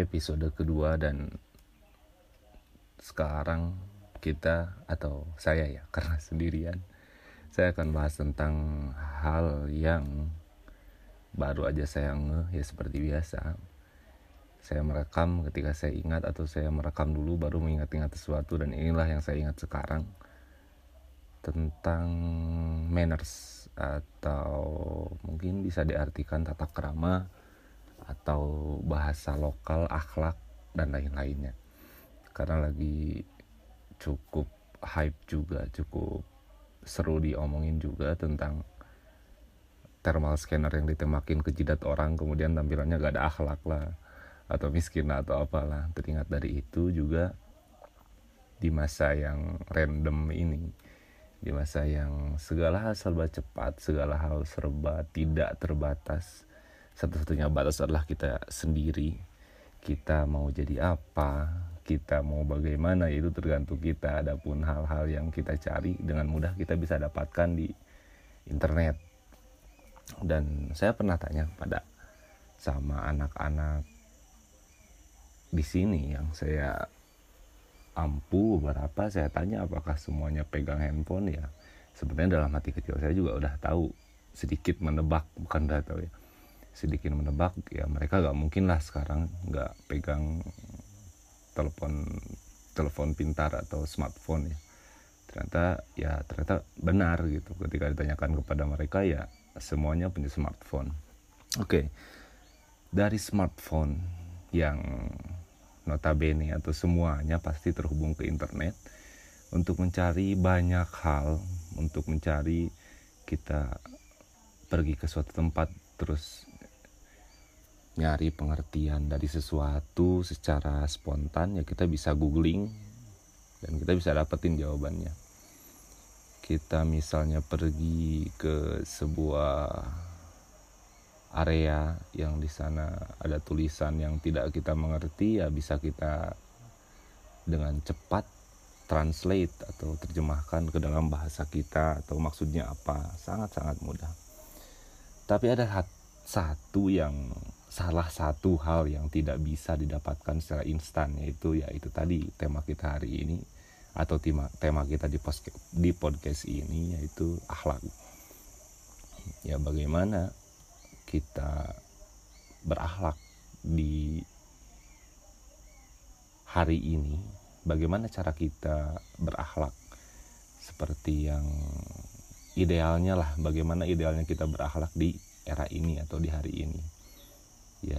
episode kedua, dan sekarang kita atau saya ya karena sendirian, saya akan bahas tentang hal yang baru aja saya ngeh ya. Seperti biasa, saya merekam ketika saya ingat, atau saya merekam dulu baru mengingat-ingat sesuatu, dan inilah yang saya ingat sekarang tentang manners, atau mungkin bisa diartikan tata krama atau bahasa lokal, akhlak dan lain-lainnya. Karena lagi cukup hype juga, cukup seru diomongin juga tentang thermal scanner yang ditembakin ke jidat orang, kemudian tampilannya gak ada akhlak lah, atau miskin lah, atau apalah. Teringat dari itu juga di masa yang random ini, di masa yang segala hal serba cepat, segala hal serba tidak terbatas. Satu-satunya batas adalah kita sendiri. Kita mau jadi apa, kita mau bagaimana, itu tergantung kita. Adapun hal-hal yang kita cari dengan mudah kita bisa dapatkan di internet. Dan saya pernah tanya pada sama anak-anak di sini yang saya ampu beberapa, saya tanya apakah semuanya pegang handphone. Ya sebenarnya dalam hati kecil saya juga udah tahu, sedikit menebak, bukan udah tahu ya, sedikit menebak ya, mereka gak mungkin lah sekarang gak pegang telepon pintar atau smartphone ya. Ternyata benar gitu. Ketika ditanyakan kepada mereka, ya semuanya punya smartphone. Oke. Dari smartphone yang notabene atau semuanya pasti terhubung ke internet untuk mencari banyak hal, untuk mencari, kita pergi ke suatu tempat terus nyari pengertian dari sesuatu secara spontan, ya kita bisa googling dan kita bisa dapetin jawabannya. Kita misalnya pergi ke sebuah area yang di sana ada tulisan yang tidak kita mengerti, ya bisa kita dengan cepat translate atau terjemahkan ke dalam bahasa kita atau maksudnya apa. Sangat-sangat mudah. Tapi ada salah satu hal yang tidak bisa didapatkan secara instan, yaitu tadi tema kita hari ini, atau tema kita di podcast ini, yaitu akhlak. Ya, bagaimana kita berakhlak di hari ini, bagaimana cara kita berakhlak seperti yang idealnya lah, bagaimana idealnya kita berakhlak di era ini atau di hari ini. Ya,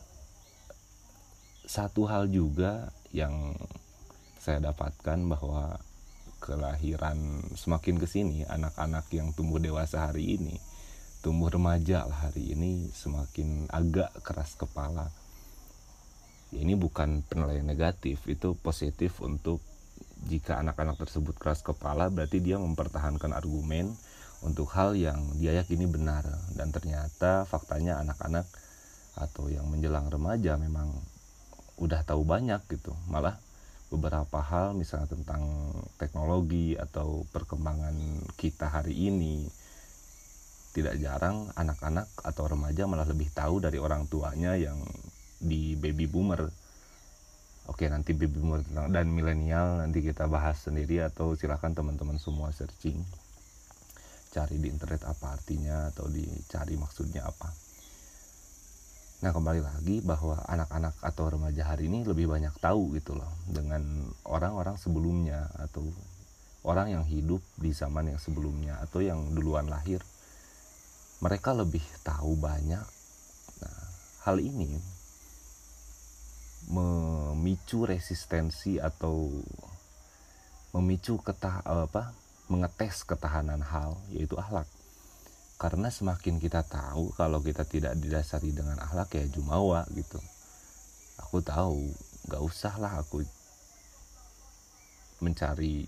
satu hal juga yang saya dapatkan bahwa kelahiran semakin kesini, anak-anak yang tumbuh dewasa hari ini, tumbuh remaja lah hari ini, semakin agak keras kepala. Ya, ini bukan penilaian negatif, itu positif. Untuk jika anak-anak tersebut keras kepala, berarti dia mempertahankan argumen untuk hal yang dia yakini benar. Dan ternyata faktanya anak-anak atau yang menjelang remaja memang udah tahu banyak gitu. Malah beberapa hal misalnya tentang teknologi atau perkembangan kita hari ini, tidak jarang anak-anak atau remaja malah lebih tahu dari orang tuanya yang di baby boomer. Oke, nanti baby boomer dan milenial nanti kita bahas sendiri, atau silakan teman-teman semua searching, cari di internet apa artinya atau dicari maksudnya apa. Nah, kembali lagi bahwa anak-anak atau remaja hari ini lebih banyak tahu gitu loh dengan orang-orang sebelumnya, atau orang yang hidup di zaman yang sebelumnya atau yang duluan lahir. Mereka lebih tahu banyak. Nah, hal ini memicu resistensi atau memicu mengetes ketahanan hal, yaitu akhlak. Karena semakin kita tahu, kalau kita tidak didasari dengan akhlak, ya jumawa gitu. Aku tahu, gak usah lah aku mencari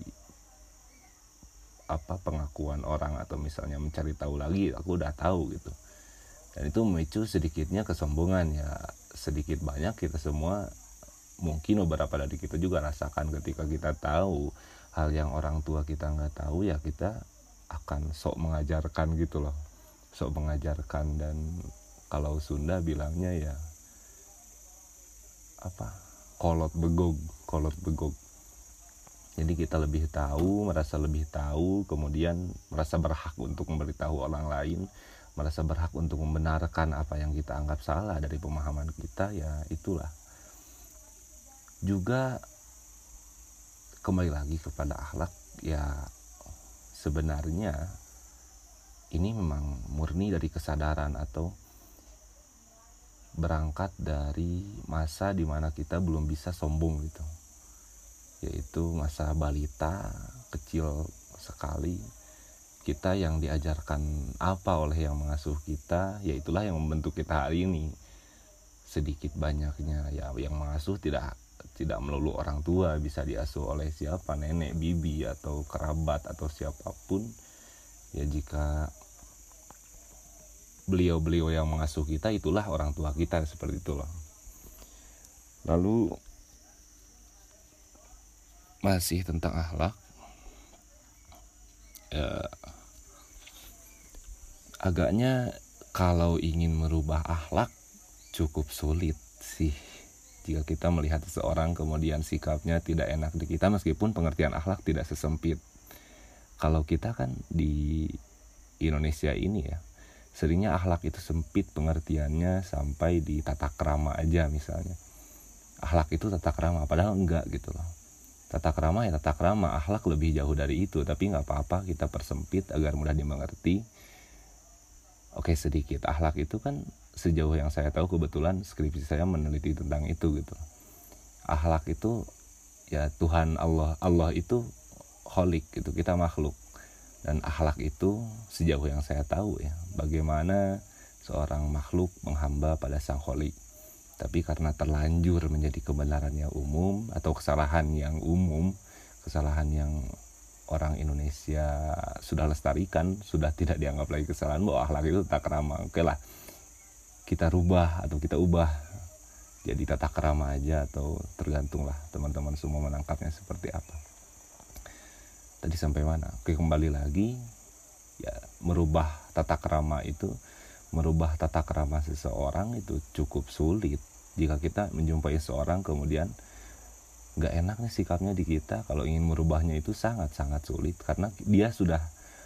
pengakuan orang, atau misalnya mencari tahu lagi, aku udah tahu gitu. Dan itu memicu sedikitnya kesombongan. Ya sedikit banyak kita semua, mungkin beberapa dari kita juga rasakan ketika kita tahu hal yang orang tua kita gak tahu, ya kita akan sok mengajarkan gitu loh, sok mengajarkan. Dan kalau Sunda bilangnya ya kolot begog. Jadi kita merasa lebih tahu, kemudian merasa berhak untuk memberitahu orang lain, merasa berhak untuk membenarkan apa yang kita anggap salah dari pemahaman kita. Ya itulah. Juga kembali lagi kepada akhlak, ya sebenarnya ini memang murni dari kesadaran atau berangkat dari masa dimana kita belum bisa sombong gitu, yaitu masa balita kecil sekali. Kita yang diajarkan apa oleh yang mengasuh kita, yaitulah yang membentuk kita hari ini. Sedikit banyaknya ya yang mengasuh tidak melulu orang tua, bisa diasuh oleh siapa, nenek, bibi atau kerabat atau siapapun. Ya jika beliau-beliau yang mengasuh kita, itulah orang tua kita, seperti itulah. Lalu masih tentang akhlak, agaknya kalau ingin merubah akhlak cukup sulit sih. Jika kita melihat seseorang kemudian sikapnya tidak enak di kita, meskipun pengertian akhlak tidak sesempit. Kalau kita kan di Indonesia ini ya, seringnya akhlak itu sempit pengertiannya sampai di tata krama aja misalnya. Akhlak itu tata krama, padahal enggak gitu loh. Tata krama ya tata krama, akhlak lebih jauh dari itu. Tapi gak apa-apa kita persempit agar mudah dimengerti. Oke, sedikit. Akhlak itu kan sejauh yang saya tahu, kebetulan skripsi saya meneliti tentang itu gitu. Akhlak itu ya Tuhan Allah itu kholik gitu, kita makhluk. Dan akhlak itu sejauh yang saya tahu ya, bagaimana seorang makhluk menghamba pada sang kholik. Tapi karena terlanjur menjadi kebenaran yang umum atau kesalahan yang umum, kesalahan yang orang Indonesia sudah lestarikan, sudah tidak dianggap lagi kesalahan bahwa akhlak itu tata krama. Oke lah, kita rubah atau kita ubah jadi tata krama aja, atau tergantunglah teman-teman semua menangkapnya seperti apa. Tadi sampai mana? Oke, kembali lagi ya, merubah tata krama seseorang itu cukup sulit. Jika kita menjumpai seorang kemudian gak enak nih sikapnya di kita, kalau ingin merubahnya itu sangat-sangat sulit, karena dia sudah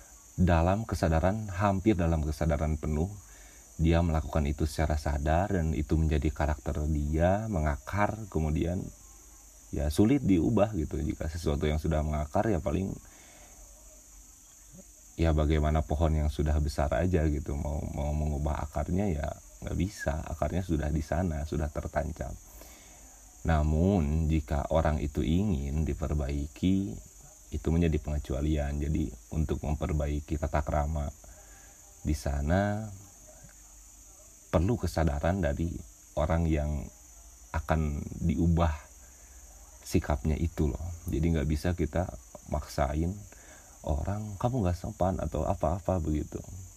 hampir dalam kesadaran penuh. Dia melakukan itu secara sadar dan itu menjadi karakter dia, mengakar, kemudian ya sulit diubah gitu. Jika sesuatu yang sudah mengakar ya paling ya bagaimana pohon yang sudah besar aja gitu, mau mengubah akarnya ya nggak bisa, akarnya sudah di sana, sudah tertancap. Namun jika orang itu ingin diperbaiki, itu menjadi pengecualian. Jadi untuk memperbaiki tata krama di sana perlu kesadaran dari orang yang akan diubah sikapnya itu loh. Jadi nggak bisa kita maksain orang, kamu nggak sopan atau apa-apa begitu.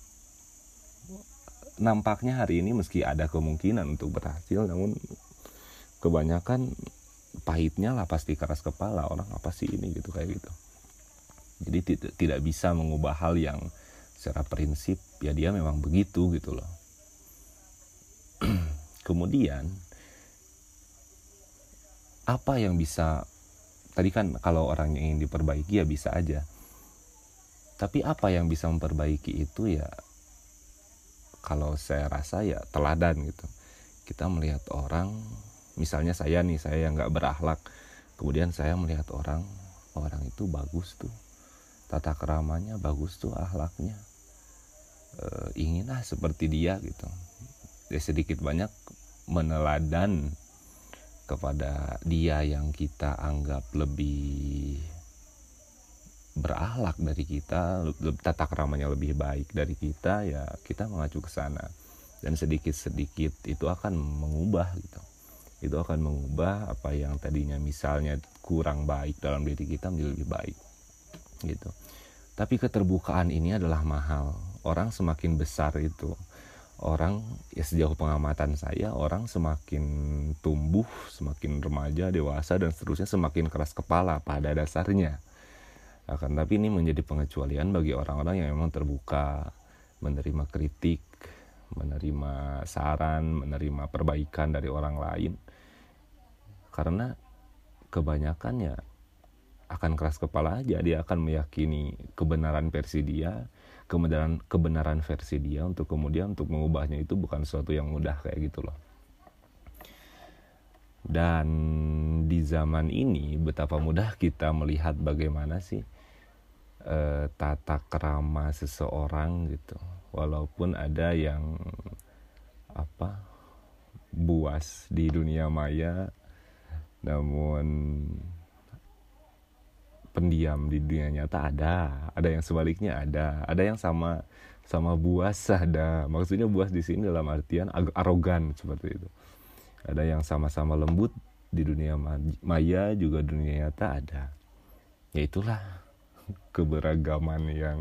Nampaknya hari ini meski ada kemungkinan untuk berhasil, namun kebanyakan pahitnya lah pasti keras kepala, orang apa sih ini gitu, kayak gitu. Jadi tidak bisa mengubah hal yang secara prinsip ya dia memang begitu gitu loh. Kemudian apa yang bisa, tadi kan kalau orang yang ingin diperbaiki ya bisa aja, tapi apa yang bisa memperbaiki itu ya kalau saya rasa ya teladan gitu. Kita melihat orang, misalnya saya yang gak berakhlak, kemudian saya melihat orang itu bagus tuh, tata keramanya bagus tuh, akhlaknya, inginlah seperti dia gitu. Ya sedikit banyak meneladan kepada dia yang kita anggap lebih berakhlak dari kita, tata keramanya lebih baik dari kita, ya kita mengacu ke sana. Dan sedikit-sedikit itu akan mengubah gitu. Itu akan mengubah apa yang tadinya misalnya kurang baik dalam diri kita menjadi lebih baik gitu. Tapi keterbukaan ini adalah mahal. Orang semakin besar itu, orang ya sejauh pengamatan saya, orang semakin tumbuh, semakin remaja, dewasa dan seterusnya, semakin keras kepala pada dasarnya. Akan tapi ini menjadi pengecualian bagi orang-orang yang memang terbuka menerima kritik, menerima saran, menerima perbaikan dari orang lain. Karena kebanyakan ya akan keras kepala aja, dia akan meyakini kebenaran versi dia, kebenaran versi dia, untuk kemudian untuk mengubahnya itu bukan sesuatu yang mudah kayak gitu loh. Dan di zaman ini betapa mudah kita melihat bagaimana sih tata krama seseorang gitu, walaupun ada yang buas di dunia maya, namun pendiam di dunia nyata ada yang sebaliknya ada yang sama buas ada. Maksudnya buas di sini dalam artian arogan seperti itu. Ada yang sama-sama lembut di dunia maya juga dunia nyata ada. Ya itulah keberagaman yang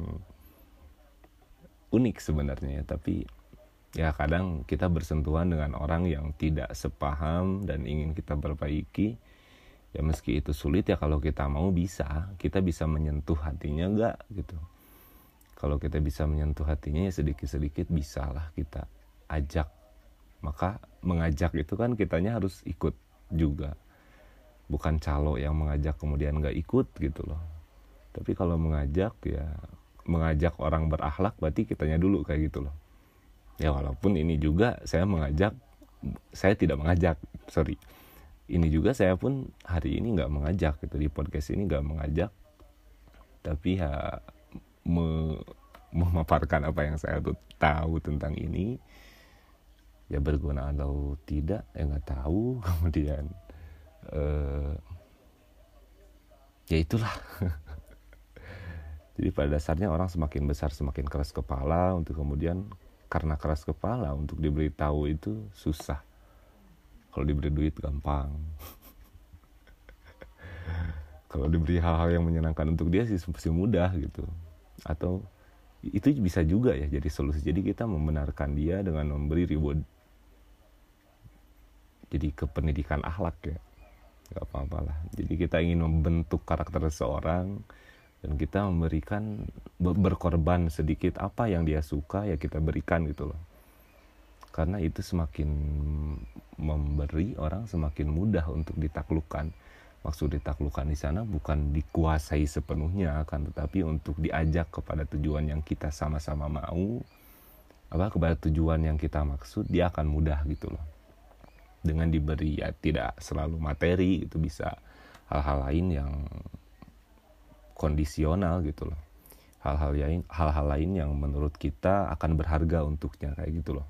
unik sebenarnya, tapi ya kadang kita bersentuhan dengan orang yang tidak sepaham dan ingin kita perbaiki. Ya meski itu sulit, ya kalau kita mau kita bisa menyentuh hatinya enggak gitu. Kalau kita bisa menyentuh hatinya ya sedikit-sedikit bisalah kita ajak. Maka mengajak itu kan kitanya harus ikut juga. Bukan calo yang mengajak kemudian enggak ikut gitu loh. Tapi kalau mengajak ya mengajak orang berakhlak berarti kitanya dulu kayak gitu loh. Ya walaupun ini juga saya tidak mengajak, ini juga saya pun hari ini nggak mengajak gitu, di podcast ini nggak mengajak, tapi ya memaparkan apa yang saya tuh tahu tentang ini. Ya berguna atau tidak ya nggak tahu. Kemudian ya itulah. Jadi pada dasarnya orang semakin besar semakin keras kepala, untuk kemudian karena keras kepala untuk diberitahu itu susah. Kalau diberi duit gampang. Kalau diberi hal-hal yang menyenangkan untuk dia sih mudah gitu. Atau itu bisa juga ya jadi solusi. Jadi kita membenarkan dia dengan memberi reward. Jadi ke pendidikan akhlak ya. Gak apa-apalah. Jadi kita ingin membentuk karakter seseorang, dan kita memberikan, berkorban sedikit apa yang dia suka ya kita berikan gitu loh. Karena itu semakin memberi, orang semakin mudah untuk ditaklukkan. Maksud ditaklukkan di sana bukan dikuasai sepenuhnya, kan, tetapi untuk diajak kepada tujuan yang kita sama-sama mau, kepada tujuan yang kita maksud, dia akan mudah gitu loh. Dengan diberi ya tidak selalu materi, itu bisa hal-hal lain yang kondisional gitu loh. Hal-hal lain yang menurut kita akan berharga untuknya kayak gitu loh.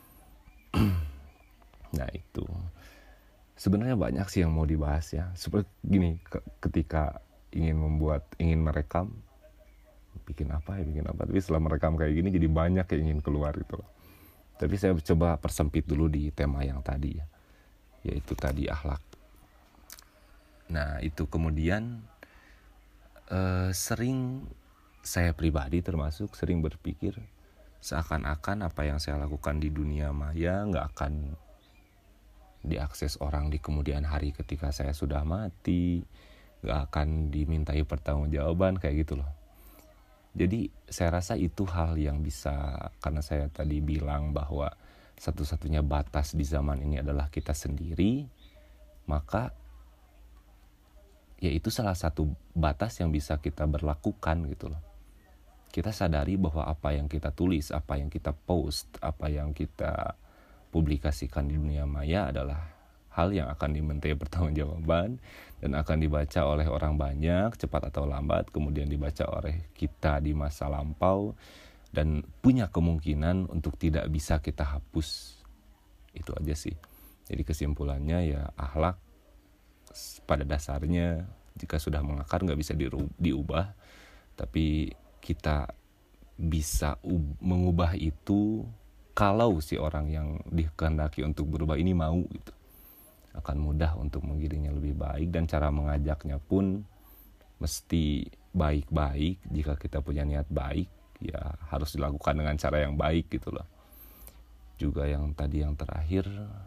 Nah itu sebenarnya banyak sih yang mau dibahas ya. Seperti gini, ketika ingin merekam, bikin apa. Tapi setelah merekam kayak gini jadi banyak yang ingin keluar gitu loh. Tapi saya coba persempit dulu di tema yang tadi ya, yaitu tadi akhlak. Nah itu kemudian sering saya pribadi termasuk sering berpikir seakan-akan apa yang saya lakukan di dunia maya gak akan diakses orang di kemudian hari ketika saya sudah mati, gak akan dimintai pertanggungjawaban kayak gitu loh. Jadi saya rasa itu hal yang bisa, karena saya tadi bilang bahwa satu-satunya batas di zaman ini adalah kita sendiri, maka ya itu salah satu batas yang bisa kita berlakukan gitu loh. Kita sadari bahwa apa yang kita tulis, apa yang kita post, apa yang kita publikasikan di dunia maya adalah hal yang akan dimintai pertanggungjawaban dan akan dibaca oleh orang banyak cepat atau lambat, kemudian dibaca oleh kita di masa lampau, dan punya kemungkinan untuk tidak bisa kita hapus. Itu aja sih. Jadi kesimpulannya ya akhlak pada dasarnya jika sudah mengakar gak bisa diubah, tapi kita bisa mengubah itu kalau si orang yang dikehendaki untuk berubah ini mau gitu. Akan mudah untuk menggiringnya lebih baik, dan cara mengajaknya pun mesti baik-baik. Jika kita punya niat baik ya harus dilakukan dengan cara yang baik gitu loh. Juga yang tadi yang terakhir,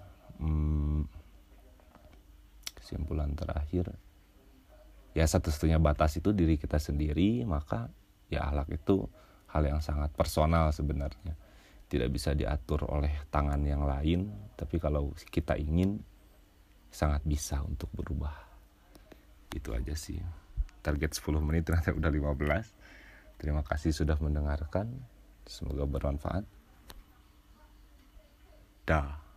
kesimpulan terakhir ya satu-satunya batas itu diri kita sendiri, maka ya akhlak itu hal yang sangat personal sebenarnya, tidak bisa diatur oleh tangan yang lain. Tapi kalau kita ingin sangat bisa untuk berubah. Itu aja sih. Target 10 menit ternyata udah 15. Terima kasih sudah mendengarkan. Semoga bermanfaat. Dah.